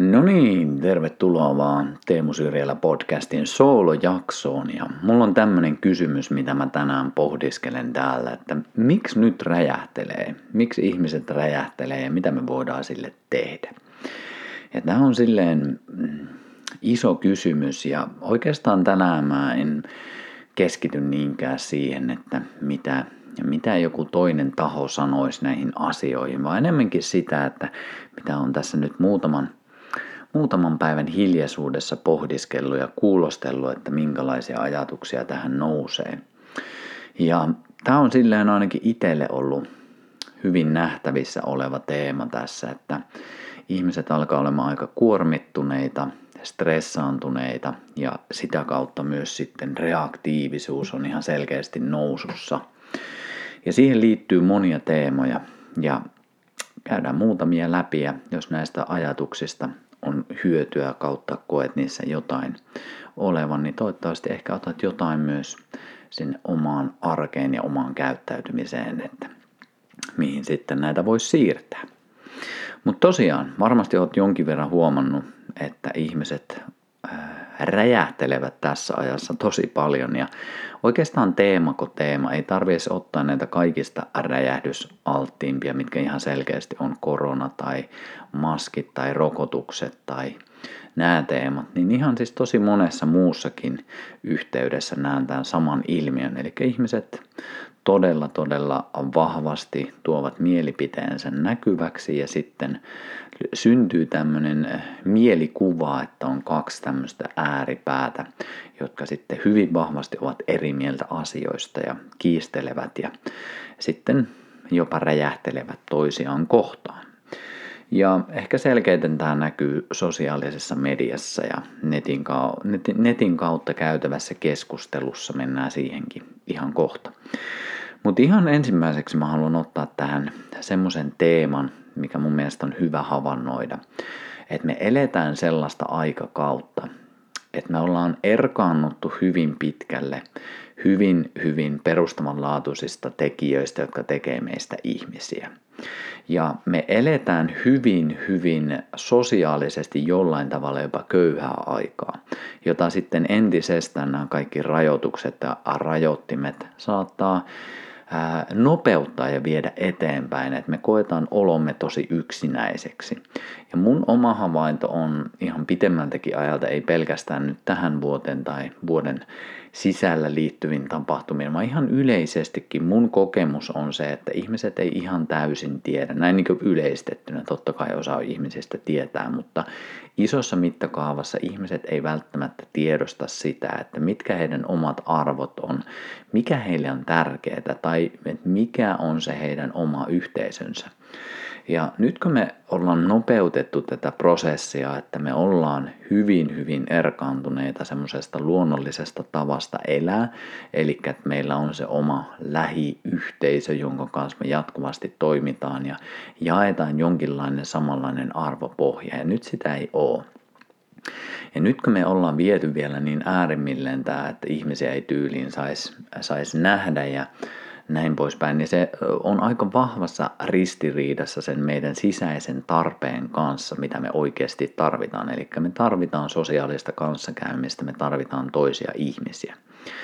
No niin, tervetuloa vaan Teemu Syrjälä podcastin soolojaksoon. Ja mulla on tämmönen kysymys, mitä mä tänään pohdiskelen täällä, että miksi nyt räjähtelee? Miksi ihmiset räjähtelee ja mitä me voidaan sille tehdä? Ja tää on silleen iso kysymys ja oikeastaan tänään mä en keskity niinkään siihen, että mitä joku toinen taho sanoisi näihin asioihin, vaan enemmänkin sitä, että mitä on tässä nyt muutaman päivän hiljaisuudessa pohdiskellut ja kuulostellut, että minkälaisia ajatuksia tähän nousee. Ja tämä on silleen ainakin itselle ollut hyvin nähtävissä oleva teema tässä, että ihmiset alkaa olemaan aika kuormittuneita, stressaantuneita ja sitä kautta myös sitten reaktiivisuus on ihan selkeästi nousussa. Ja siihen liittyy monia teemoja ja käydään muutamia läpi ja jos näistä ajatuksista on hyötyä kautta koet niissä jotain olevan, niin toivottavasti ehkä otat jotain myös sinne omaan arkeen ja omaan käyttäytymiseen, että mihin sitten näitä voisi siirtää. Mutta tosiaan, varmasti olet jonkin verran huomannut, että ihmiset räjähtelevät tässä ajassa tosi paljon ja oikeastaan teema, ei tarvitse ottaa näitä kaikista räjähdysalttiimpia, mitkä ihan selkeästi on korona tai maskit tai rokotukset tai nämä teemat, niin ihan siis tosi monessa muussakin yhteydessä näen tämän saman ilmiön, eli ihmiset todella vahvasti tuovat mielipiteensä näkyväksi ja sitten syntyy tämmöinen mielikuva, että on kaksi tämmöistä ääripäätä, jotka sitten hyvin vahvasti ovat eri mieltä asioista ja kiistelevät ja sitten jopa räjähtelevät toisiaan kohtaan. Ja ehkä selkeiten tämä näkyy sosiaalisessa mediassa ja netin kautta käytävässä keskustelussa, mennään siihenkin ihan kohta. Mutta ihan ensimmäiseksi mä haluan ottaa tähän semmoisen teeman, mikä mun mielestä on hyvä havainnoida, että me eletään sellaista aikakautta, että me ollaan erkaannuttu hyvin pitkälle hyvin perustavanlaatuisista tekijöistä, jotka tekee meistä ihmisiä. Ja me eletään hyvin sosiaalisesti jollain tavalla jopa köyhää aikaa, jota sitten entisestään nämä kaikki rajoitukset ja rajoittimet saattaa nopeuttaa ja viedä eteenpäin, että me koetaan olomme tosi yksinäiseksi. Ja mun oma havainto on ihan pitemmältäkin ajalta, ei pelkästään nyt tähän vuoteen tai vuoden sisällä liittyviin tapahtumiin, vaan ihan yleisestikin mun kokemus on se, että ihmiset ei ihan täysin tiedä, näin niin kuin yleistettynä, totta kai osa ihmisistä tietää, mutta isossa mittakaavassa ihmiset ei välttämättä tiedosta sitä, että mitkä heidän omat arvot on, mikä heille on tärkeää tai mikä on se heidän oma yhteisönsä. Ja nyt kun me ollaan nopeutettu tätä prosessia, että me ollaan hyvin erkaantuneita semmoisesta luonnollisesta tavasta elää, eli että meillä on se oma lähiyhteisö, jonka kanssa me jatkuvasti toimitaan ja jaetaan jonkinlainen samanlainen arvopohja, ja nyt sitä ei ole. Ja nyt kun me ollaan viety vielä niin äärimmilleen tämä, että ihmisiä ei tyyliin saisi nähdä ja näin poispäin, niin se on aika vahvassa ristiriidassa sen meidän sisäisen tarpeen kanssa, mitä me oikeasti tarvitaan. Eli me tarvitaan sosiaalista kanssakäymistä, me tarvitaan toisia ihmisiä.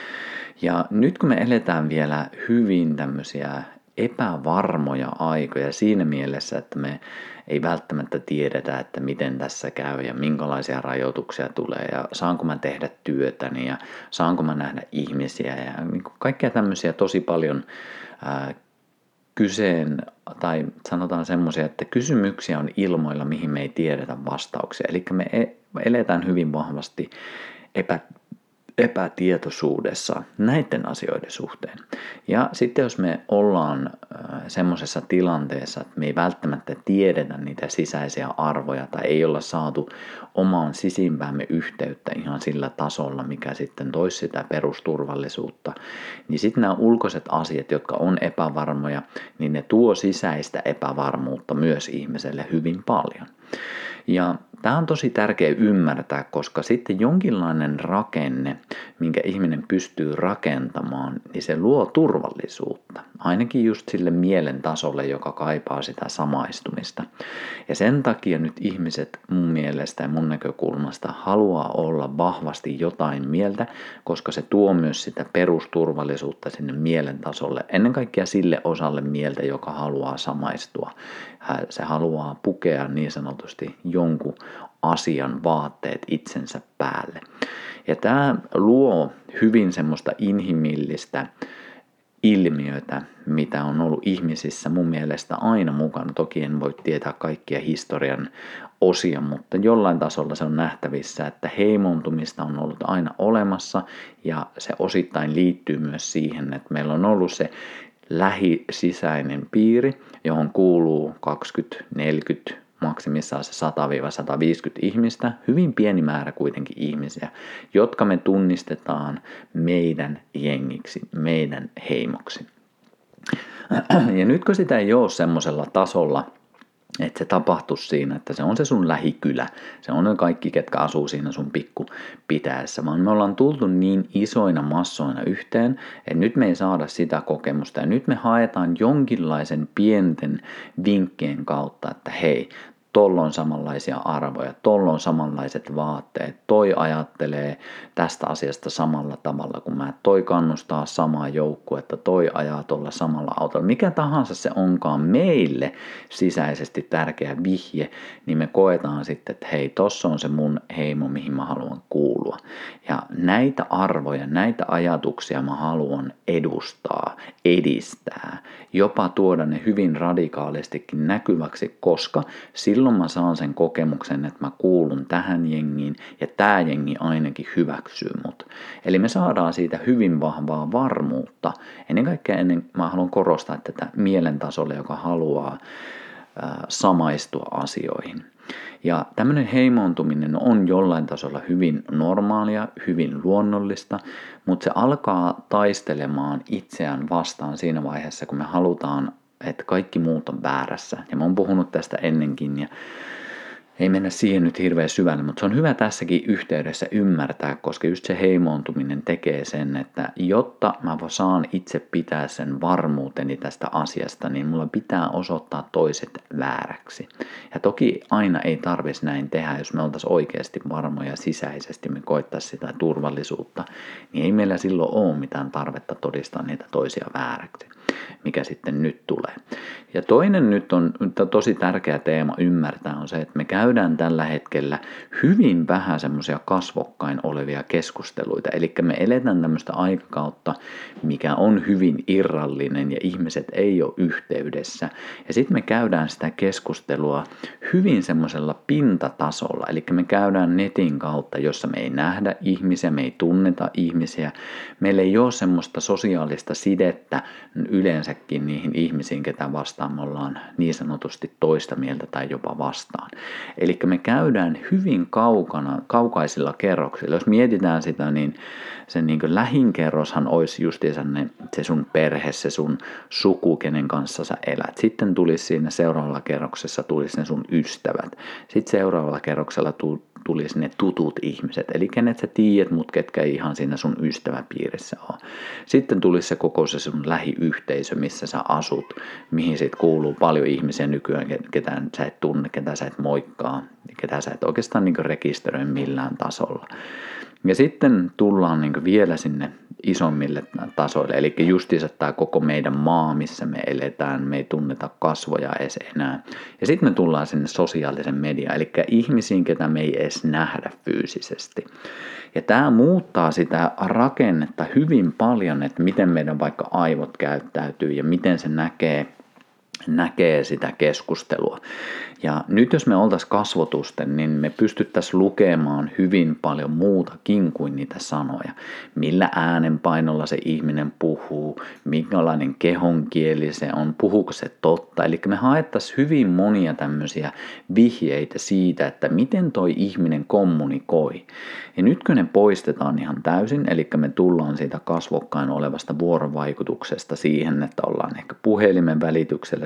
Ja nyt kun me eletään vielä hyvin tämmöisiä epävarmoja aikoja siinä mielessä, että me ei välttämättä tiedetä, että miten tässä käy ja minkälaisia rajoituksia tulee ja saanko mä tehdä työtäni ja saanko mä nähdä ihmisiä ja kaikkea tämmöisiä tosi paljon tai sanotaan semmoisia, että kysymyksiä on ilmoilla, mihin me ei tiedetä vastauksia. Eli me eletään hyvin vahvasti epätietoisuudessa näiden asioiden suhteen. Ja sitten jos me ollaan semmoisessa tilanteessa, että me ei välttämättä tiedetä niitä sisäisiä arvoja tai ei olla saatu omaan sisimpäämme yhteyttä ihan sillä tasolla, mikä sitten toisi sitä perusturvallisuutta, niin sitten nämä ulkoiset asiat, jotka on epävarmoja, niin ne tuo sisäistä epävarmuutta myös ihmiselle hyvin paljon. Ja tämä on tosi tärkeä ymmärtää, koska sitten jonkinlainen rakenne, minkä ihminen pystyy rakentamaan, niin se luo turvallisuutta. Ainakin just sille mielen tasolle, joka kaipaa sitä samaistumista. Ja sen takia nyt ihmiset mun mielestä ja mun näkökulmasta haluaa olla vahvasti jotain mieltä, koska se tuo myös sitä perusturvallisuutta sinne mielen tasolle. Ennen kaikkea sille osalle mieltä, joka haluaa samaistua. Se haluaa pukea niin sanotusti jonkun asian vaatteet itsensä päälle. Ja tämä luo hyvin semmoista inhimillistä ilmiötä, mitä on ollut ihmisissä mun mielestä aina mukana. Toki en voi tietää kaikkia historian osia, mutta jollain tasolla se on nähtävissä, että heimontumista on ollut aina olemassa ja se osittain liittyy myös siihen, että meillä on ollut se lähisisäinen piiri, johon kuuluu 20-40, maksimissaan se 100-150 ihmistä, hyvin pieni määrä kuitenkin ihmisiä, jotka me tunnistetaan meidän jengiksi, meidän heimoksi. Ja nyt kun sitä ei ole semmoisella tasolla, että se tapahtuisi siinä, että se on se sun lähikylä, se on ne kaikki, ketkä asuu siinä sun pikkupitäessä, vaan me ollaan tultu niin isoina massoina yhteen, että nyt me ei saada sitä kokemusta ja nyt me haetaan jonkinlaisen pienten vinkkien kautta, että hei, tolla on samanlaisia arvoja, tolla on samanlaiset vaatteet, toi ajattelee tästä asiasta samalla tavalla kuin mä, toi kannustaa samaa joukkuetta, toi ajaa tuolla samalla autolla. Mikä tahansa se onkaan meille sisäisesti tärkeä vihje, niin me koetaan sitten, että hei, tossa on se mun heimo, mihin mä haluan kuulua. Ja näitä arvoja, näitä ajatuksia mä haluan edustaa, edistää, jopa tuoda ne hyvin radikaalistikin näkyväksi, koska silloin mä saan sen kokemuksen, että mä kuulun tähän jengiin ja tää jengi ainakin hyväksyy mut. Eli me saadaan siitä hyvin vahvaa varmuutta. Ennen kaikkea mä haluan korostaa tätä mielentasolle, joka haluaa samaistua asioihin. Ja tämmöinen heimoontuminen on jollain tasolla hyvin normaalia, hyvin luonnollista, mutta se alkaa taistelemaan itseään vastaan siinä vaiheessa, kun me halutaan, että kaikki muut on väärässä. Ja mä oon puhunut tästä ennenkin ja ei mennä siihen nyt hirveän syvälle, mutta se on hyvä tässäkin yhteydessä ymmärtää, koska just se heimoontuminen tekee sen, että jotta mä saan itse pitää sen varmuuteni tästä asiasta, niin mulla pitää osoittaa toiset vääräksi. Ja toki aina ei tarvitsisi näin tehdä, jos me oltaisiin oikeasti varmoja sisäisesti, me koettaisiin sitä turvallisuutta, niin ei meillä silloin ole mitään tarvetta todistaa niitä toisia vääräksi, mikä sitten nyt tulee. Ja toinen nyt on tosi tärkeä teema ymmärtää on se, että me käydään tällä hetkellä hyvin vähän semmoisia kasvokkain olevia keskusteluita. Eli me eletään tämmöistä aikakautta, mikä on hyvin irrallinen ja ihmiset ei ole yhteydessä. Ja sitten me käydään sitä keskustelua hyvin semmoisella pintatasolla. Eli me käydään netin kautta, jossa me ei nähdä ihmisiä, me ei tunneta ihmisiä. Meillä ei ole semmoista sosiaalista sidettä yleensäkin niihin ihmisiin, ketä vastaan me ollaan niin sanotusti toista mieltä tai jopa vastaan. Eli me käydään hyvin kaukaisilla kerroksilla. Jos mietitään sitä, niin sen niin kuin lähin kerroshan olisi justiinsa se sun perhe, se sun suku, kenen kanssa sä elät. Sitten tulisi siinä seuraavalla kerroksessa tulisi ne sun ystävät. Sitten seuraavalla kerroksella tulisi ne tutut ihmiset, eli kenet sä tiedät, mut ketkä ei ihan siinä sun ystäväpiirissä ole. Sitten tulisi se koko se sun lähiyhteisö, missä sä asut, mihin sit kuuluu paljon ihmisiä nykyään, ketä sä et tunne, ketä sä et moikkaa, ketä sä et oikeastaan niin rekisteröi millään tasolla. Ja sitten tullaan niin vielä sinne isommille tasoille, eli justiinsa tämä koko meidän maa, missä me eletään, me ei tunneta kasvoja edes enää. Ja sitten me tullaan sinne sosiaalisen mediaan, eli ihmisiin, ketä me ei edes nähdä fyysisesti. Ja tämä muuttaa sitä rakennetta hyvin paljon, että miten meidän vaikka aivot käyttäytyy ja miten se näkee sitä keskustelua. Ja nyt jos me oltaisiin kasvotusten, niin me pystyttäisiin lukemaan hyvin paljon muutakin kuin niitä sanoja. Millä äänenpainolla se ihminen puhuu, minkälainen kehonkieli se on, puhuuko se totta. Eli me haettaisiin hyvin monia tämmöisiä vihjeitä siitä, että miten toi ihminen kommunikoi. Ja nyt kun ne poistetaan ihan täysin, eli me tullaan siitä kasvokkain olevasta vuorovaikutuksesta siihen, että ollaan ehkä puhelimen välityksellä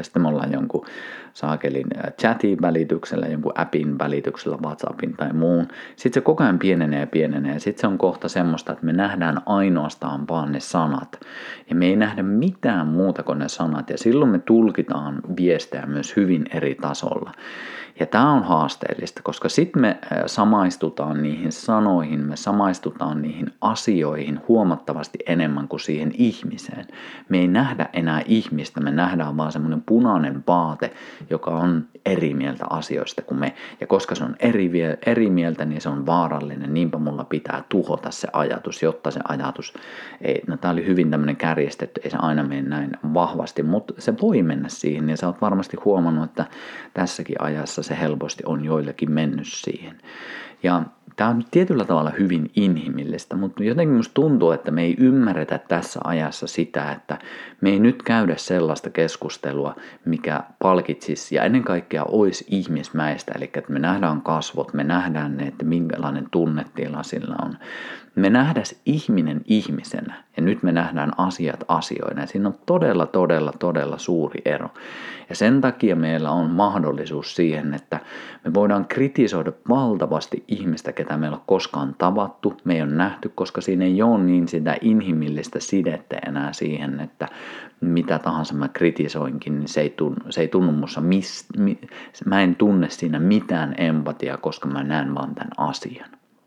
ja sitten me ollaan jonkun saakelin chatin välityksellä, jonkun appin välityksellä, WhatsAppin tai muun. Sitten se koko ajan pienenee ja sitten se on kohta semmoista, että me nähdään ainoastaan vaan ne sanat. Ja me ei nähdä mitään muuta kuin ne sanat ja silloin me tulkitaan viestejä myös hyvin eri tasolla. Ja tämä on haasteellista, koska sitten me samaistutaan niihin sanoihin, me samaistutaan niihin asioihin huomattavasti enemmän kuin siihen ihmiseen. Me ei nähdä enää ihmistä, me nähdään vaan semmoinen punainen vaate, joka on eri mieltä asioista kuin me. Ja koska se on eri mieltä, niin se on vaarallinen, niinpä mulla pitää tuhota se ajatus, jotta se ajatus ei, no tää oli hyvin tämmöinen kärjestetty, ei se aina mene näin vahvasti, mutta se voi mennä siihen ja sä oot varmasti huomannut, että tässäkin ajassa se helposti on joillekin mennyt siihen. Ja tämä on tietyllä tavalla hyvin inhimillistä, mutta jotenkin musta tuntuu, että me ei ymmärretä tässä ajassa sitä, että me ei nyt käydä sellaista keskustelua, mikä palkitsisi ja ennen kaikkea olisi ihmismäistä, eli että me nähdään kasvot, me nähdään ne, että minkälainen tunnetila sillä on. Me nähdään ihminen ihmisenä ja nyt me nähdään asiat asioina ja siinä on todella suuri ero. Ja sen takia meillä on mahdollisuus siihen, että me voidaan kritisoida valtavasti ihmistä, ketä meillä on koskaan tavattu, me ei ole nähty, koska siinä ei ole niin sitä inhimillistä sidettä enää siihen, että mitä tahansa mä kritisoinkin, niin se ei tunnu musta, mä en tunne siinä mitään empatiaa, koska mä näen vaan tämän asian.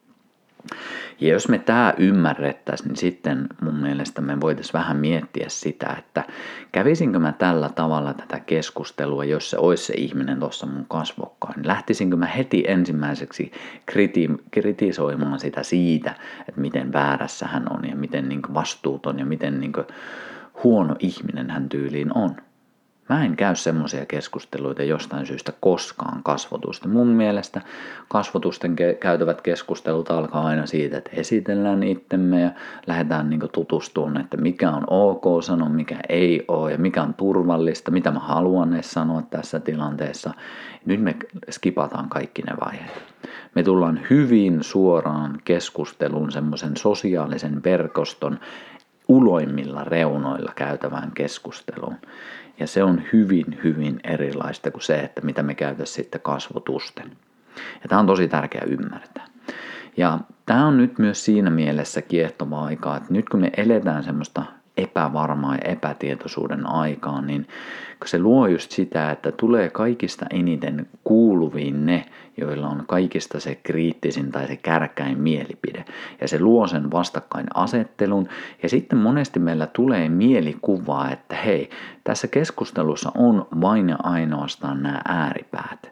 Ja jos me tämä ymmärrettäisiin, niin sitten mun mielestä me voitaisiin vähän miettiä sitä, että kävisinkö mä tällä tavalla tätä keskustelua, jos se olisi se ihminen tuossa mun kasvokkain. Lähtisinkö mä heti ensimmäiseksi kritisoimaan sitä siitä, että miten väärässä hän on ja miten niin vastuuton ja miten huono ihminen hän tyyliin on. Mä en käy semmoisia keskusteluita jostain syystä koskaan kasvotusten. Mun mielestä kasvotusten käytävät keskustelut alkaa aina siitä, että esitellään itsemme ja lähdetään tutustumaan, että mikä on ok sanoa, mikä ei ole ja mikä on turvallista, mitä mä haluan edes sanoa tässä tilanteessa. Nyt me skipataan kaikki ne vaiheet. Me tullaan hyvin suoraan keskusteluun semmoisen sosiaalisen verkoston uloimmilla reunoilla käytävään keskusteluun. Ja se on hyvin erilaista kuin se, että mitä me käytäisiin sitten kasvotusten. Ja tämä on tosi tärkeää ymmärtää. Ja tämä on nyt myös siinä mielessä kiehtovaa aikaa, että nyt kun me eletään semmoista epävarmaa ja epätietoisuuden aikaa, niin se luo just sitä, että tulee kaikista eniten kuuluviin ne, joilla on kaikista se kriittisin tai se kärkäin mielipide. Ja se luo sen vastakkainasettelun. Ja sitten monesti meillä tulee mielikuva, että hei, tässä keskustelussa on vain ja ainoastaan nämä ääripäät.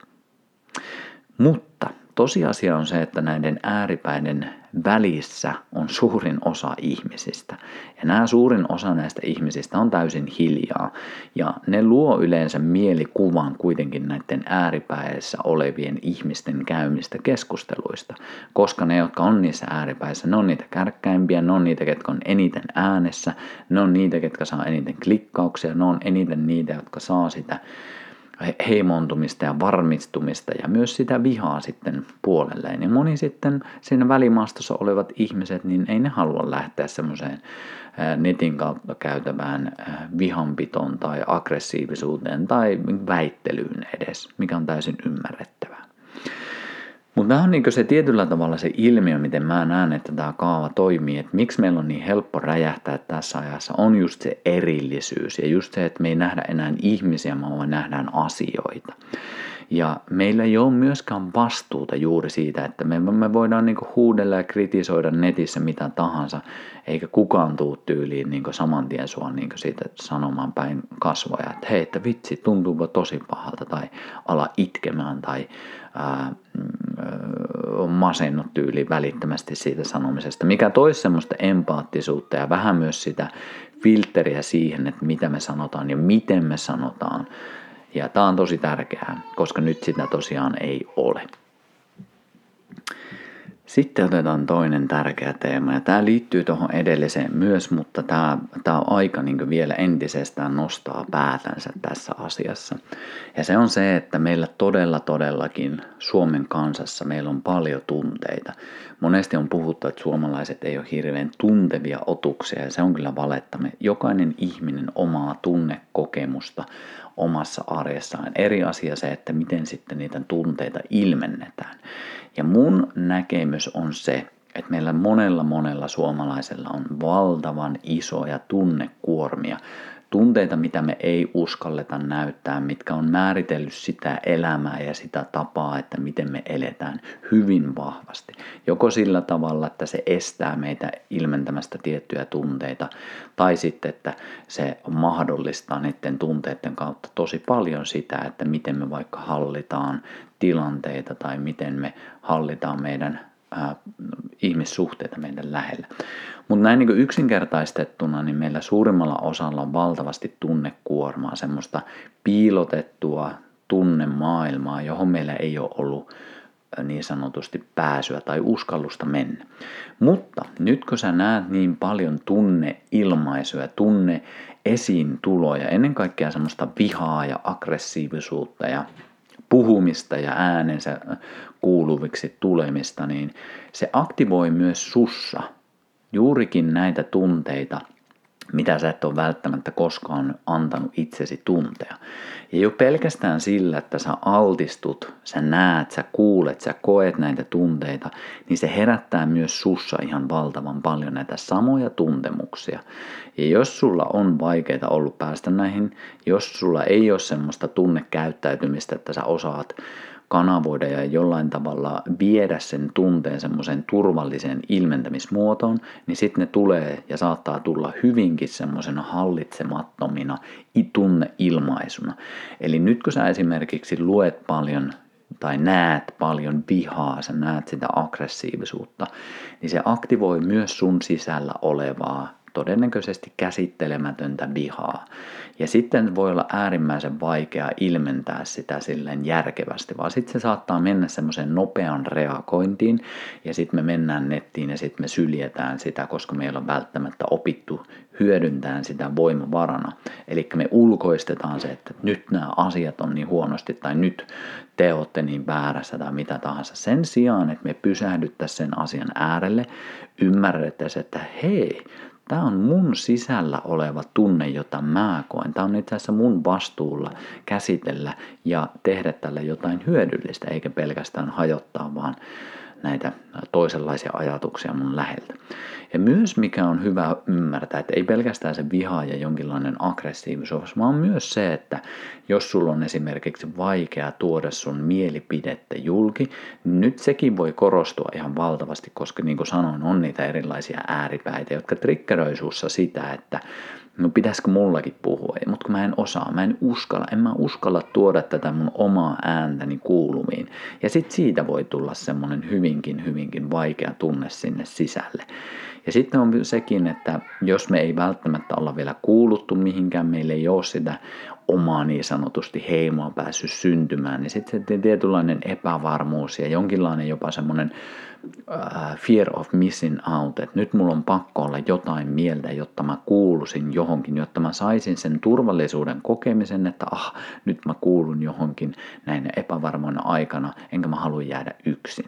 Mutta tosiasia on se, että näiden ääripäiden välissä on suurin osa ihmisistä. Ja nämä suurin osa näistä ihmisistä on täysin hiljaa. Ja ne luo yleensä mielikuvan kuitenkin näiden ääripäissä olevien ihmisten käymistä keskusteluista. Koska ne, jotka on niissä ääripäissä, ne on niitä kärkkäimpiä, ne on niitä, ketkä on eniten äänessä, ne on niitä, ketkä saa eniten klikkauksia, ne on eniten niitä, jotka saa sitä heimontumista ja varmistumista ja myös sitä vihaa sitten puolelleen. Ja moni sitten siinä välimaastossa olevat ihmiset, niin ei ne halua lähteä semmoiseen netin kautta käytävään vihanpitoon tai aggressiivisuuteen tai väittelyyn edes, mikä on täysin ymmärrettävää. Mutta tämä on se tietyllä tavalla se ilmiö, miten mä näen, että tämä kaava toimii, että miksi meillä on niin helppo räjähtää tässä ajassa, on just se erillisyys ja just se, että me ei nähdä enää ihmisiä, vaan nähdään asioita. Ja meillä ei ole myöskään vastuuta juuri siitä, että me voidaan huudella ja kritisoida netissä mitä tahansa, eikä kukaan tuu tyyliin saman tien sua siitä sanomaan päin kasvoja, että hei, että vitsi, tuntuuko tosi pahalta, tai ala itkemään, tai masennut tyyliin välittömästi siitä sanomisesta, mikä toisi semmoista empaattisuutta ja vähän myös sitä filtteriä siihen, että mitä me sanotaan ja miten me sanotaan. Ja tämä on tosi tärkeää, koska nyt sitä tosiaan ei ole. Sitten otetaan toinen tärkeä teema, ja tämä liittyy tuohon edelliseen myös, mutta tämä on aika niin vielä entisestään nostaa päätänsä tässä asiassa. Ja se on se, että meillä todellakin Suomen kansassa meillä on paljon tunteita. Monesti on puhuttu, että suomalaiset ei ole hirveän tuntevia otuksia, ja se on kyllä valetta. Jokainen ihminen omaa tunnekokemusta omassa arjessaan. Eri asia se, että miten sitten niitä tunteita ilmennetään. Ja mun näkemys on se, että meillä monella suomalaisella on valtavan isoja tunnekuormia. Tunteita, mitä me ei uskalleta näyttää, mitkä on määritellyt sitä elämää ja sitä tapaa, että miten me eletään hyvin vahvasti. Joko sillä tavalla, että se estää meitä ilmentämästä tiettyjä tunteita, tai sitten, että se mahdollistaa niiden tunteiden kautta tosi paljon sitä, että miten me vaikka hallitaan tilanteita tai miten me hallitaan meidän ihmissuhteita meidän lähellä. Mutta näin niin yksinkertaistettuna, niin meillä suurimmalla osalla on valtavasti tunnekuormaa, semmoista piilotettua tunnemaailmaa, johon meillä ei ole ollut niin sanotusti pääsyä tai uskallusta mennä. Mutta nyt kun sä näet niin paljon tunneilmaisuja, tunne-esiintuloja, ennen kaikkea semmoista vihaa ja aggressiivisuutta ja puhumista ja äänensä kuuluviksi tulemista, niin se aktivoi myös sussa juurikin näitä tunteita, mitä sä et ole välttämättä koskaan antanut itsesi tuntea. Ja jo pelkästään sillä, että sä altistut, sä näet, sä kuulet, sä koet näitä tunteita, niin se herättää myös sussa ihan valtavan paljon näitä samoja tuntemuksia. Ja jos sulla on vaikeaa ollut päästä näihin, jos sulla ei ole semmoista tunnekäyttäytymistä, että sä osaat kanavoida ja jollain tavalla viedä sen tunteen semmoiseen turvalliseen ilmentämismuotoon, niin sitten ne tulee ja saattaa tulla hyvinkin semmoisena hallitsemattomina tunneilmaisuna. Eli nyt kun sä esimerkiksi luet paljon tai näet paljon vihaa, sä näet sitä aggressiivisuutta, niin se aktivoi myös sun sisällä olevaa todennäköisesti käsittelemätöntä vihaa. Ja sitten voi olla äärimmäisen vaikea ilmentää sitä silleen järkevästi, vaan sitten se saattaa mennä semmoiseen nopean reagointiin, ja sitten me mennään nettiin ja sitten me syljetään sitä, koska meillä on välttämättä opittu hyödyntämään sitä voimavarana. Eli me ulkoistetaan se, että nyt nämä asiat on niin huonosti, tai nyt te olette niin väärässä tai mitä tahansa. Sen sijaan, että me pysähdyttäisiin sen asian äärelle, ymmärrettäisiin, että hei, tämä on mun sisällä oleva tunne, jota mä koen. Tämä on itse asiassa mun vastuulla käsitellä ja tehdä tälle jotain hyödyllistä, eikä pelkästään hajottaa vaan näitä toisenlaisia ajatuksia mun läheltä. Ja myös mikä on hyvä ymmärtää, että ei pelkästään se viha ja jonkinlainen aggressiivisuus, vaan myös se, että jos sulla on esimerkiksi vaikea tuoda sun mielipidettä julki, niin nyt sekin voi korostua ihan valtavasti, koska niin kuin sanoin, on niitä erilaisia ääripäitä, jotka triggeröi sussa sitä, että no pitäisikö mullakin puhua, mutta kun mä en osaa, en mä uskalla tuoda tätä mun omaa ääntäni kuuluviin. Ja sitten siitä voi tulla semmoinen hyvinkin vaikea tunne sinne sisälle. Ja sitten on sekin, että jos me ei välttämättä olla vielä kuuluttu mihinkään, meillä ei ole sitä omaa niin sanotusti heimoa päässyt syntymään, niin sitten se tietynlainen epävarmuus ja jonkinlainen jopa semmoinen fear of missing out, että nyt mulla on pakko olla jotain mieltä, jotta mä kuuluisin johonkin, jotta mä saisin sen turvallisuuden kokemisen, että nyt mä kuulun johonkin näin epävarmoina aikana, enkä mä halua jäädä yksin.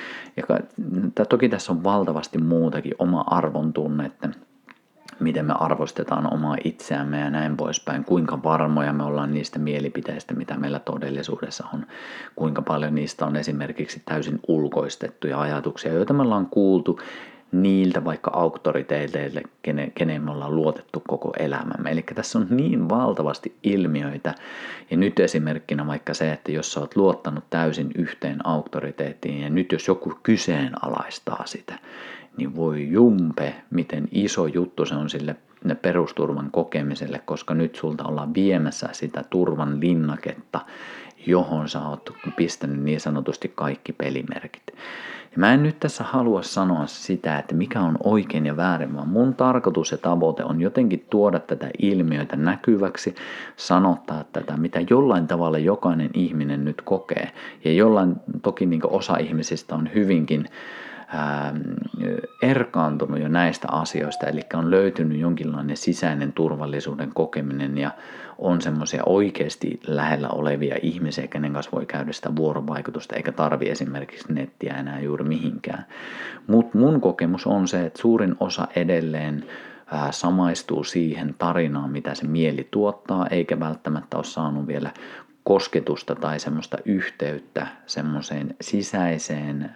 Ja toki tässä on valtavasti muutakin, oma arvon tunne, että miten me arvostetaan omaa itseämme ja näin poispäin, kuinka varmoja me ollaan niistä mielipiteistä, mitä meillä todellisuudessa on, kuinka paljon niistä on esimerkiksi täysin ulkoistettuja ajatuksia, joita me ollaan kuultu niiltä vaikka auktoriteeteille, kenen me ollaan luotettu koko elämämme. Eli tässä on niin valtavasti ilmiöitä, ja nyt esimerkkinä vaikka se, että jos sä oot luottanut täysin yhteen auktoriteettiin, ja nyt jos joku kyseenalaistaa sitä, niin voi jumpe, miten iso juttu se on sille perusturvan kokemiselle, koska nyt sulta ollaan viemässä sitä turvan linnaketta, johon sä oot pistänyt niin sanotusti kaikki pelimerkit. Ja mä en nyt tässä halua sanoa sitä, että mikä on oikein ja väärin, vaan mun tarkoitus ja tavoite on jotenkin tuoda tätä ilmiötä näkyväksi, sanottaa tätä, mitä jollain tavalla jokainen ihminen nyt kokee. Ja jollain, toki niin osa ihmisistä on hyvinkin erkaantunut jo näistä asioista, eli on löytynyt jonkinlainen sisäinen turvallisuuden kokeminen ja on semmoisia oikeasti lähellä olevia ihmisiä, kenen kanssa voi käydä sitä vuorovaikutusta, eikä tarvi esimerkiksi nettiä enää juuri mihinkään. Mutta mun kokemus on se, että suurin osa edelleen samaistuu siihen tarinaan, mitä se mieli tuottaa, eikä välttämättä ole saanut vielä kosketusta tai semmoista yhteyttä semmoiseen sisäiseen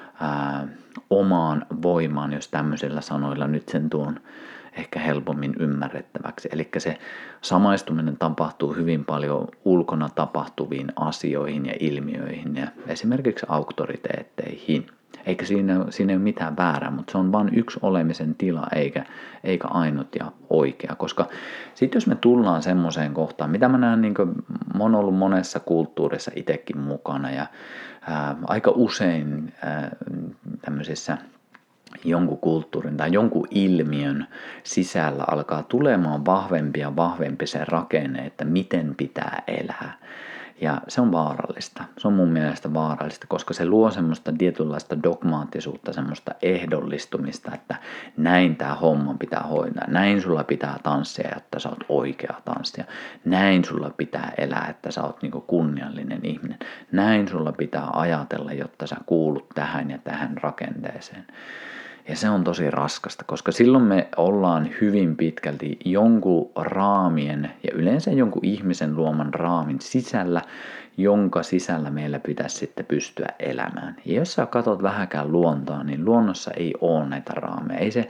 omaan voimaan, jos tämmöisillä sanoilla nyt sen tuon ehkä helpommin ymmärrettäväksi. Eli se samaistuminen tapahtuu hyvin paljon ulkona tapahtuviin asioihin ja ilmiöihin ja esimerkiksi auktoriteetteihin. Eikä siinä ei ole mitään väärää, mutta se on vain yksi olemisen tila eikä ainut ja oikea. Koska sitten jos me tullaan semmoiseen kohtaan, mitä mä näen, niin mä oon ollut monessa kulttuurissa itsekin mukana ja aika usein tämmöisissä jonkun kulttuurin tai jonkun ilmiön sisällä alkaa tulemaan vahvempi se rakenne, että miten pitää elää. Ja se on vaarallista. Se on mun mielestä vaarallista, koska se luo semmoista tietynlaista dogmaattisuutta, semmoista ehdollistumista, että näin tää homman pitää hoitaa. Näin sulla pitää tanssia, jotta sä oot oikea tanssija. Näin sulla pitää elää, että sä oot niinku kunniallinen ihminen. Näin sulla pitää ajatella, jotta sä kuulut tähän ja tähän rakenteeseen. Ja se on tosi raskasta, koska silloin me ollaan hyvin pitkälti jonkun raamien ja yleensä jonkun ihmisen luoman raamin sisällä, jonka sisällä meillä pitäisi sitten pystyä elämään. Ja jos sä katsot vähäkään luontoa, niin luonnossa ei ole näitä raameja. Ei se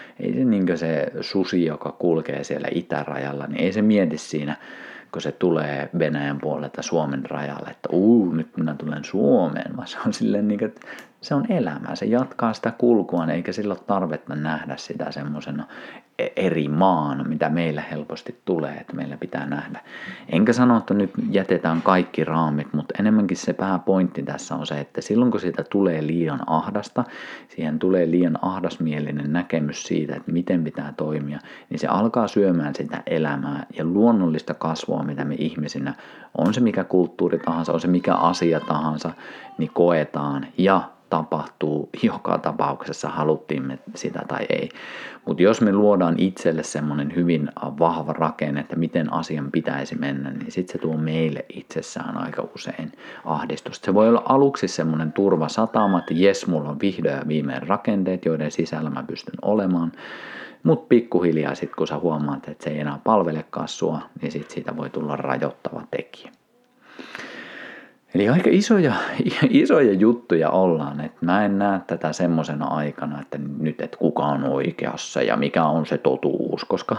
niin se susi, joka kulkee siellä itärajalla, niin ei se mieti siinä, kun se tulee Venäjän puolelta Suomen rajalle, että nyt minä tulen Suomeen, vaan se on silleen niin, että se on elämää, se jatkaa sitä kulkuaan, eikä sillä ole tarvetta nähdä sitä semmoisena eri maana, mitä meillä helposti tulee, että meillä pitää nähdä. Enkä sano, että nyt jätetään kaikki raamit, mutta enemmänkin se pääpointti tässä on se, että silloin kun siitä tulee liian ahdasta, siihen tulee liian ahdasmielinen näkemys siitä, että miten pitää toimia, niin se alkaa syömään sitä elämää ja luonnollista kasvua, mitä me ihmisinä, on se mikä kulttuuri tahansa, on se mikä asia tahansa, niin koetaan ja tapahtuu joka tapauksessa, haluttiin me sitä tai ei. Mutta jos me luodaan itselle semmoinen hyvin vahva rakenne, että miten asian pitäisi mennä, niin sitten se tuo meille itsessään aika usein ahdistusta. Se voi olla aluksi semmoinen turvasatama, että jes, mulla on vihdoin ja viimein rakenteet, joiden sisällä mä pystyn olemaan. Mutta pikkuhiljaa sitten, kun sä huomaat, että se ei enää palvelekaan sua, niin sitten siitä voi tulla rajoittava tekijä. Eli aika isoja juttuja ollaan, että mä en näe tätä semmosena aikana, että nyt et kuka on oikeassa ja mikä on se totuus, koska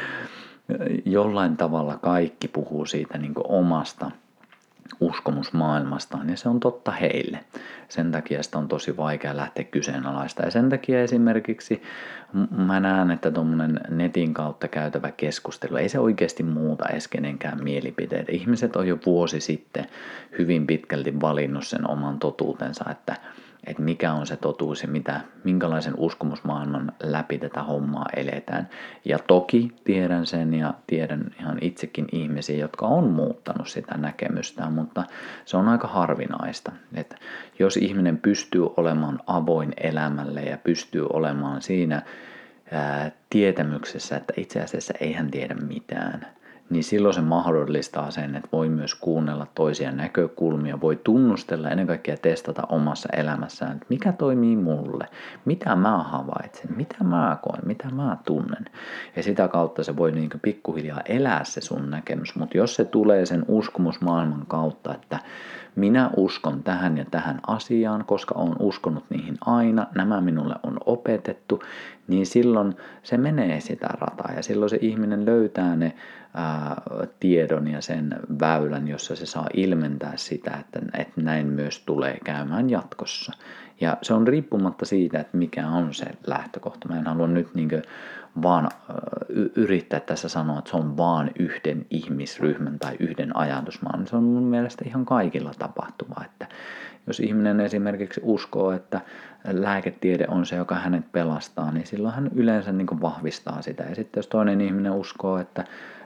jollain tavalla kaikki puhuu siitä niin kuin omasta uskomusmaailmastaan ja se on totta heille. Sen takia sitä on tosi vaikea lähteä kyseenalaista ja sen takia esimerkiksi mä näen, että tuommoinen netin kautta käytävä keskustelu ei se oikeasti muuta edes kenenkään mielipiteitä. Ihmiset on jo vuosi sitten hyvin pitkälti valinnut sen oman totuutensa, että mikä on se totuus ja minkälaisen uskomusmaailman läpi tätä hommaa eletään. Ja toki tiedän sen ja tiedän ihan itsekin ihmisiä, jotka on muuttanut sitä näkemystään, mutta se on aika harvinaista. Että jos ihminen pystyy olemaan avoin elämälle ja pystyy olemaan siinä tietämyksessä, että itse asiassa ei hän tiedä mitään, niin silloin se mahdollistaa sen, että voi myös kuunnella toisia näkökulmia, voi tunnustella ennen kaikkea testata omassa elämässään, että mikä toimii mulle, mitä mä havaitsen, mitä mä koen, mitä mä tunnen. Ja sitä kautta se voi niin kuin pikkuhiljaa elää se sun näkemys, mutta jos se tulee sen uskomusmaailman kautta, että minä uskon tähän ja tähän asiaan, koska olen uskonut niihin aina, nämä minulle on opetettu, niin silloin se menee sitä rataa ja silloin se ihminen löytää ne tiedon ja sen väylän, jossa se saa ilmentää sitä, että näin myös tulee käymään jatkossa. Ja se on riippumatta siitä, että mikä on se lähtökohta. Mä en halua nyt vaan yrittää tässä sanoa, että se on vaan yhden ihmisryhmän tai yhden ajatusmaan. Se on mun mielestä ihan kaikilla tapahtuvaa, että jos ihminen esimerkiksi uskoo, että lääketiede on se, joka hänet pelastaa, niin silloin hän yleensä niin kuin vahvistaa sitä. Ja sitten jos toinen ihminen uskoo, että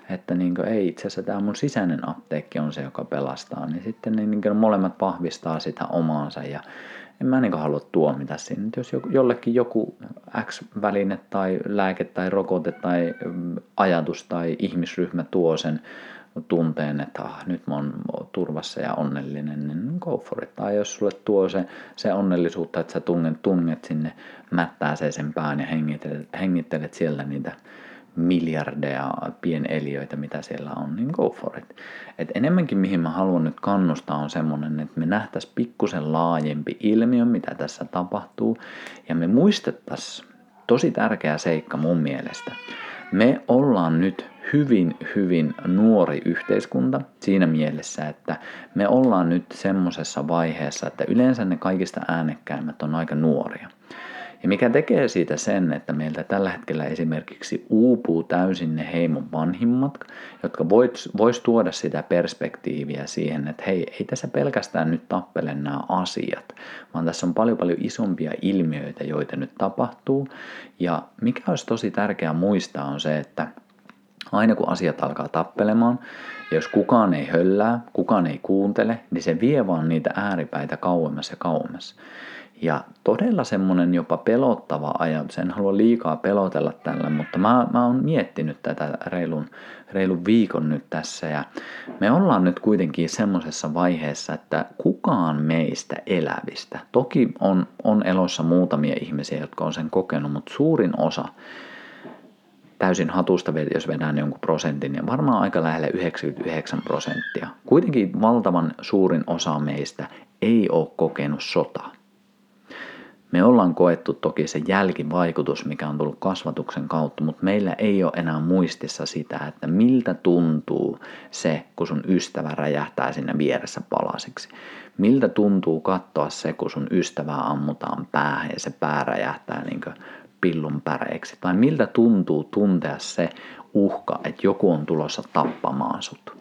että niin kuin, ei itse asiassa tämä mun sisäinen apteekki on se, joka pelastaa, niin sitten niin kuin molemmat vahvistaa sitä omaansa ja en mä niin halua tuomita siinä. Jos jollekin joku X-väline tai lääke tai rokote tai ajatus tai ihmisryhmä tuo sen tunteen, että nyt mä oon turvassa ja onnellinen, niin go for it. Tai jos sulle tuo se onnellisuutta, että sä tunget sinne mättääseen sen pään ja hengittelet siellä niitä miljardeja pieneliöitä, mitä siellä on, niin go for it. Et enemmänkin mihin mä haluan nyt kannustaa on semmonen, että me nähtäis pikkusen laajempi ilmiö, mitä tässä tapahtuu, ja me muistettais tosi tärkeä seikka mun mielestä. Me ollaan nyt hyvin nuori yhteiskunta siinä mielessä, että me ollaan nyt semmosessa vaiheessa, että yleensä ne kaikista äänekkäimmät on aika nuoria. Ja mikä tekee siitä sen, että meiltä tällä hetkellä esimerkiksi uupuu täysin ne heimon vanhimmat, jotka vois tuoda sitä perspektiiviä siihen, että hei, ei tässä pelkästään nyt tappele nämä asiat, vaan tässä on paljon isompia ilmiöitä, joita nyt tapahtuu. Ja mikä olisi tosi tärkeää muistaa on se, että aina kun asiat alkaa tappelemaan, ja jos kukaan ei höllää, kukaan ei kuuntele, niin se vie vaan niitä ääripäitä kauemmas ja kauemmas. Ja todella semmonen jopa pelottava ajatus, en halua liikaa pelotella tällä, mutta mä oon miettinyt tätä reilun viikon nyt tässä ja me ollaan nyt kuitenkin semmosessa vaiheessa, että kukaan meistä elävistä, toki on elossa muutamia ihmisiä, jotka on sen kokenut, mutta suurin osa täysin hatusta, jos vedään jonkun prosentin, niin varmaan aika lähelle 99%. Kuitenkin valtavan suurin osa meistä ei ole kokenut sotaa. Me ollaan koettu toki se jälkivaikutus, mikä on tullut kasvatuksen kautta, mutta meillä ei ole enää muistissa sitä, että miltä tuntuu se, kun sun ystävä räjähtää sinne vieressä palasiksi. Miltä tuntuu katsoa se, kun sun ystävää ammutaan päähän ja se pää räjähtää niin kuin pillun päreiksi. Tai miltä tuntuu tuntea se uhka, että joku on tulossa tappamaan sut.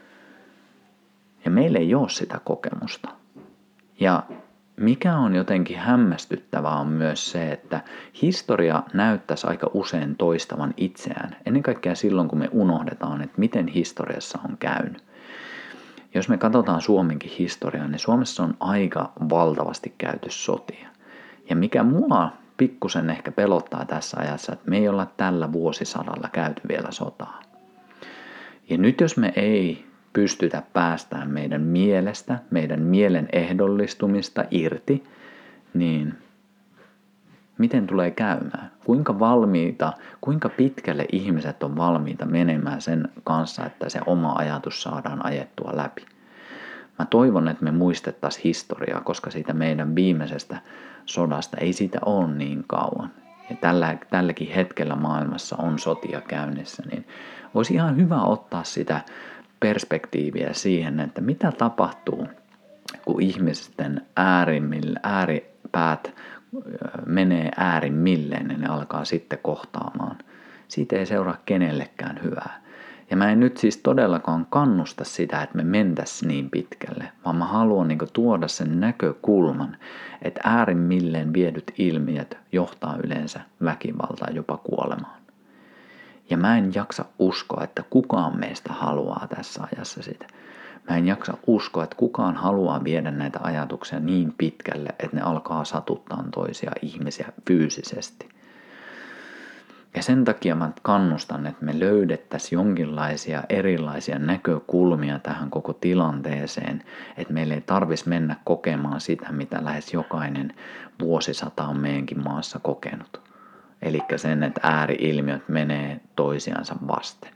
Ja meillä ei ole sitä kokemusta. Ja mikä on jotenkin hämmästyttävää on myös se, että historia näyttäisi aika usein toistavan itseään. Ennen kaikkea silloin, kun me unohdetaan, että miten historiassa on käynyt. Jos me katsotaan Suomenkin historiaa, niin Suomessa on aika valtavasti käyty sotia. Ja mikä mua pikkusen ehkä pelottaa tässä ajassa, että me ei olla tällä vuosisadalla käyty vielä sotaa. Ja nyt jos me ei pystytä päästään meidän mielestä, meidän mielen ehdollistumista irti, niin miten tulee käymään? Kuinka pitkälle ihmiset on valmiita menemään sen kanssa, että se oma ajatus saadaan ajettua läpi? Mä toivon, että me muistettaisiin historiaa, koska siitä meidän viimeisestä sodasta ei siitä ole niin kauan. Ja tälläkin hetkellä maailmassa on sotia käynnissä, niin olisi ihan hyvä ottaa sitä perspektiiviä siihen, että mitä tapahtuu, kun ihmisten ääripäät menee äärimmilleen ja ne alkaa sitten kohtaamaan. Siitä ei seuraa kenellekään hyvää. Ja mä en nyt siis todellakaan kannusta sitä, että me mentäisiin niin pitkälle, vaan mä haluan tuoda sen näkökulman, että äärimmilleen viedyt ilmiöt johtaa yleensä väkivaltaan, jopa kuolemaan. Ja mä en jaksa uskoa, että kukaan meistä haluaa tässä ajassa sitä. Mä en jaksa uskoa, että kukaan haluaa viedä näitä ajatuksia niin pitkälle, että ne alkaa satuttaa toisia ihmisiä fyysisesti. Ja sen takia mä kannustan, että me löydettäisiin jonkinlaisia erilaisia näkökulmia tähän koko tilanteeseen, että meillä ei tarvitsisi mennä kokemaan sitä, mitä lähes jokainen vuosisata on meidänkin maassa kokenut. Eli sen, että ääri-ilmiöt menee toisiansa vasten.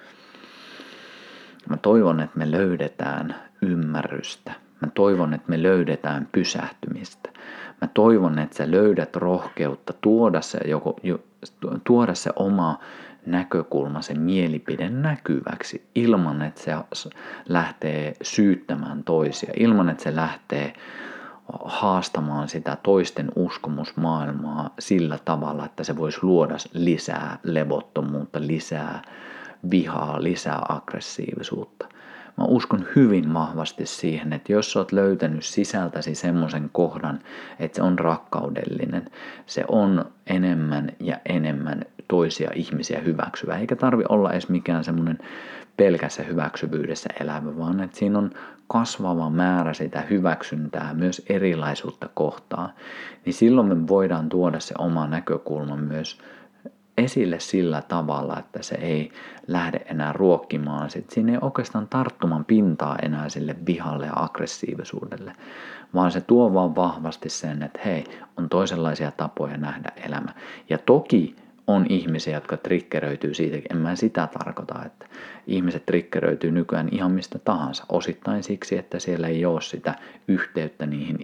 Mä toivon, että me löydetään ymmärrystä. Mä toivon, että me löydetään pysähtymistä. Mä toivon, että sä löydät rohkeutta tuoda se oma näkökulma, se mielipide näkyväksi, ilman että se lähtee syyttämään toisia, ilman että se lähtee haastamaan sitä toisten uskomusmaailmaa sillä tavalla, että se voisi luoda lisää levottomuutta, lisää vihaa, lisää aggressiivisuutta. Mä uskon hyvin vahvasti siihen, että jos sä oot löytänyt sisältäsi semmoisen kohdan, että se on rakkaudellinen, se on enemmän ja enemmän toisia ihmisiä hyväksyvä. Eikä tarvi olla edes mikään semmoinen pelkässä hyväksyvyydessä elävä, vaan että siinä on kasvava määrä sitä hyväksyntää myös erilaisuutta kohtaan. Niin silloin me voidaan tuoda se oma näkökulma myös esille sillä tavalla, että se ei lähde enää ruokkimaan. Siinä ei oikeastaan tarttuman pintaa enää sille vihalle ja aggressiivisuudelle, vaan se tuo vaan vahvasti sen, että hei, on toisenlaisia tapoja nähdä elämä. Ja toki on ihmisiä, jotka triggeröityy siitäkin. En mä sitä tarkoita, että ihmiset triggeröityy nykyään ihan mistä tahansa. Osittain siksi, että siellä ei ole sitä yhteyttä niihin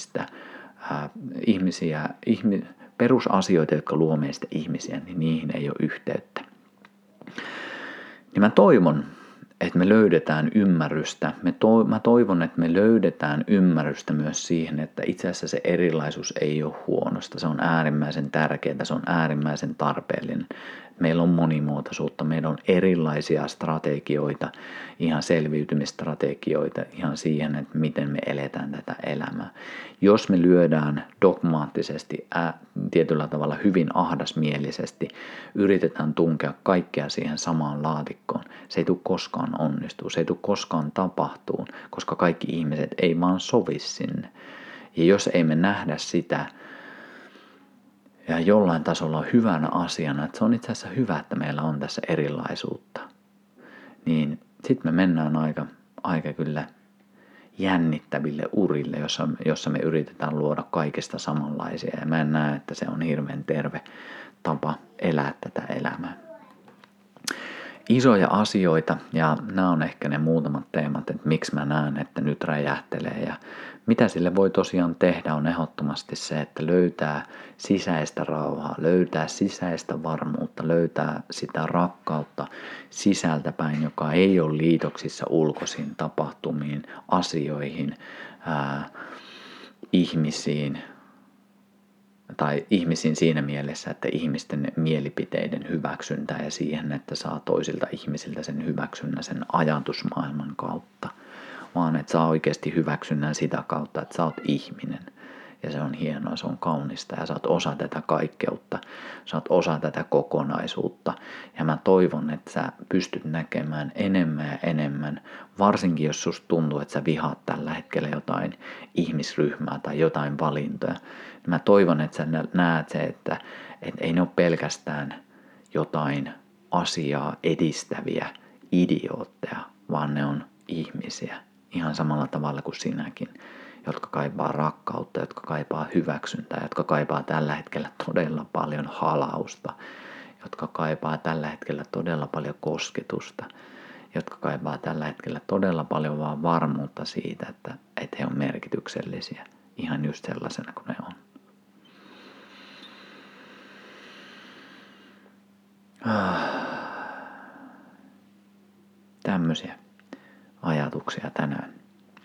perusasioita, jotka luo meistä ihmisiä, niin niihin ei ole yhteyttä. Niin mä toivon, että me löydetään ymmärrystä. Mä toivon, että me löydetään ymmärrystä myös siihen, että itse asiassa se erilaisuus ei ole huonosta. Se on äärimmäisen tärkeää, se on äärimmäisen tarpeellinen. Meillä on monimuotoisuutta, meillä on erilaisia strategioita, ihan selviytymistrategioita, ihan siihen, että miten me eletään tätä elämää. Jos me lyödään dogmaattisesti, tietyllä tavalla hyvin ahdasmielisesti, yritetään tunkea kaikkea siihen samaan laatikkoon, se ei tule koskaan onnistua, se ei tule koskaan tapahtuun, koska kaikki ihmiset ei vaan sovi sinne. Ja jos ei me nähdä sitä, ja jollain tasolla on hyvänä asiana, että se on itse asiassa hyvä, että meillä on tässä erilaisuutta, niin sitten me mennään aika kyllä jännittäville urille, jossa me yritetään luoda kaikesta samanlaisia. Ja mä en näe, että se on hirveän terve tapa elää tätä elämää. Isoja asioita, ja nämä on ehkä ne muutamat teemat, että miksi mä näen, että nyt räjähtelee. Ja mitä sille voi tosiaan tehdä on ehdottomasti se, että löytää sisäistä rauhaa, löytää sisäistä varmuutta, löytää sitä rakkautta sisältäpäin, joka ei ole liitoksissa ulkoisiin tapahtumiin, asioihin, ihmisiin, tai ihmisiin siinä mielessä, että ihmisten mielipiteiden hyväksyntä ja siihen, että saa toisilta ihmisiltä sen hyväksynnän sen ajatusmaailman kautta, vaan että saa oikeasti hyväksynnän sitä kautta, että sä oot ihminen. Ja se on hienoa, se on kaunista ja sä oot osa tätä kaikkeutta, sä oot osa tätä kokonaisuutta. Ja mä toivon, että sä pystyt näkemään enemmän ja enemmän, varsinkin jos susta tuntuu, että sä vihaat tällä hetkellä jotain ihmisryhmää tai jotain valintoja. Niin mä toivon, että sä näet se, että ei ne ole pelkästään jotain asiaa edistäviä idiootteja, vaan ne on ihmisiä ihan samalla tavalla kuin sinäkin, jotka kaipaa rakkautta, jotka kaipaa hyväksyntää, jotka kaipaa tällä hetkellä todella paljon halausta, jotka kaipaa tällä hetkellä todella paljon kosketusta, jotka kaipaa tällä hetkellä todella paljon vaan varmuutta siitä, että he on merkityksellisiä ihan just sellaisena kuin ne on. Tämmöisiä ajatuksia tänään.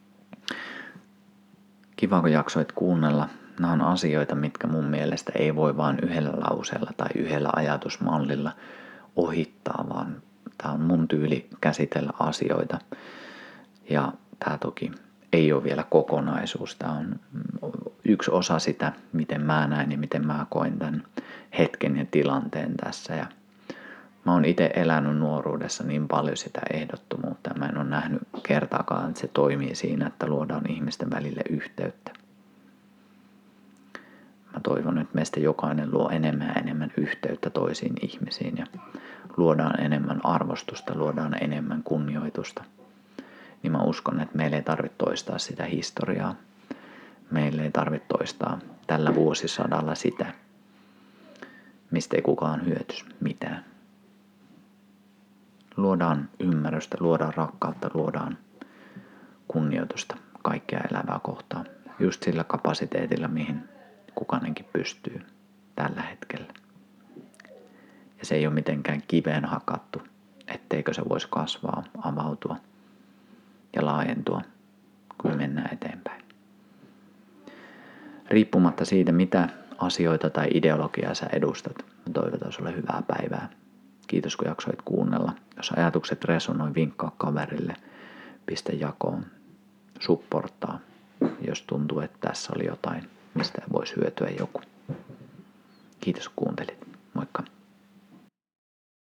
Kiva, kun jaksoit kuunnella. Nämä on asioita, mitkä mun mielestä ei voi vaan yhdellä lauseella tai yhdellä ajatusmallilla ohittaa, vaan tämä on mun tyyli käsitellä asioita. Ja tämä toki ei ole vielä kokonaisuus. Tämä on yksi osa sitä, miten mä näen ja miten mä koen tämän hetken ja tilanteen tässä. Ja mä oon itse elänyt nuoruudessa niin paljon sitä ehdottomuutta. Mä en ole nähnyt kertaakaan, että se toimii siinä, että luodaan ihmisten välille yhteyttä. Mä toivon, että meistä jokainen luo enemmän ja enemmän yhteyttä toisiin ihmisiin ja luodaan enemmän arvostusta, luodaan enemmän kunnioitusta. Niin mä uskon, että meillä ei tarvitse toistaa sitä historiaa. Meillä ei tarvitse toistaa tällä vuosisadalla sitä, mistä ei kukaan hyötys mitään. Luodaan ymmärrystä, luodaan rakkautta, luodaan kunnioitusta kaikkea elävää kohtaan. Just sillä kapasiteetilla, mihin kukainenkin pystyy tällä hetkellä. Ja se ei ole mitenkään kiveen hakattu, etteikö se voisi kasvaa, avautua ja laajentua, kun mennään eteenpäin. Riippumatta siitä, mitä asioita tai ideologiaa sä edustat, toivotan sulle hyvää päivää. Kiitos, kun jaksoit kuunnella. Jos ajatukset resonoi, vinkkaa kaverille, pistä jakoon, supporttaa, jos tuntuu, että tässä oli jotain, mistä voisi hyötyä joku. Kiitos, kun kuuntelit.